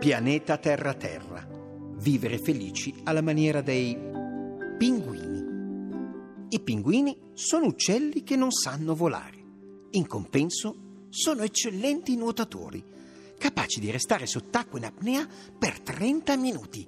Pianeta Terra Terra. Vivere felici alla maniera dei pinguini. I pinguini sono uccelli che non sanno volare. In compenso sono eccellenti nuotatori, capaci di restare sott'acqua in apnea per 30 minuti.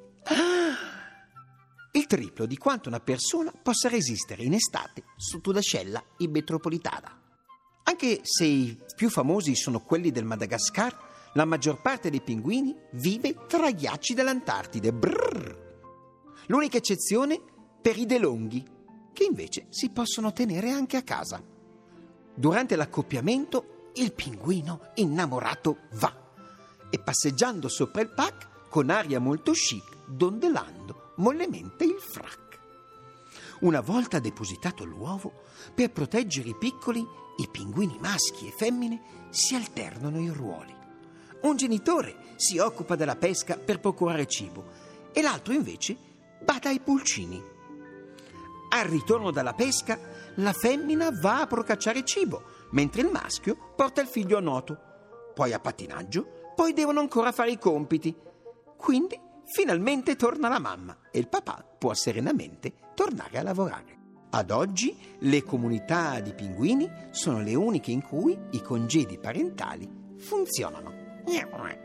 Il triplo di quanto una persona possa resistere in estate sotto l'ascella in metropolitana. Anche se i più famosi sono quelli del Madagascar, la maggior parte dei pinguini vive tra i ghiacci dell'Antartide. Brrr. L'unica eccezione per i delonghi, che invece si possono tenere anche a casa. Durante l'accoppiamento, il pinguino innamorato va e passeggiando sopra il pack, con aria molto chic, dondolando mollemente il frac. Una volta depositato l'uovo, per proteggere i piccoli, i pinguini maschi e femmine si alternano i ruoli. Un genitore si occupa della pesca per procurare cibo e l'altro invece bada ai pulcini. Al ritorno dalla pesca, la femmina va a procacciare cibo, mentre il maschio porta il figlio a nuoto, poi a pattinaggio, poi devono ancora fare i compiti. Quindi finalmente torna la mamma e il papà può serenamente tornare a lavorare. Ad oggi le comunità di pinguini sono le uniche in cui i congedi parentali funzionano.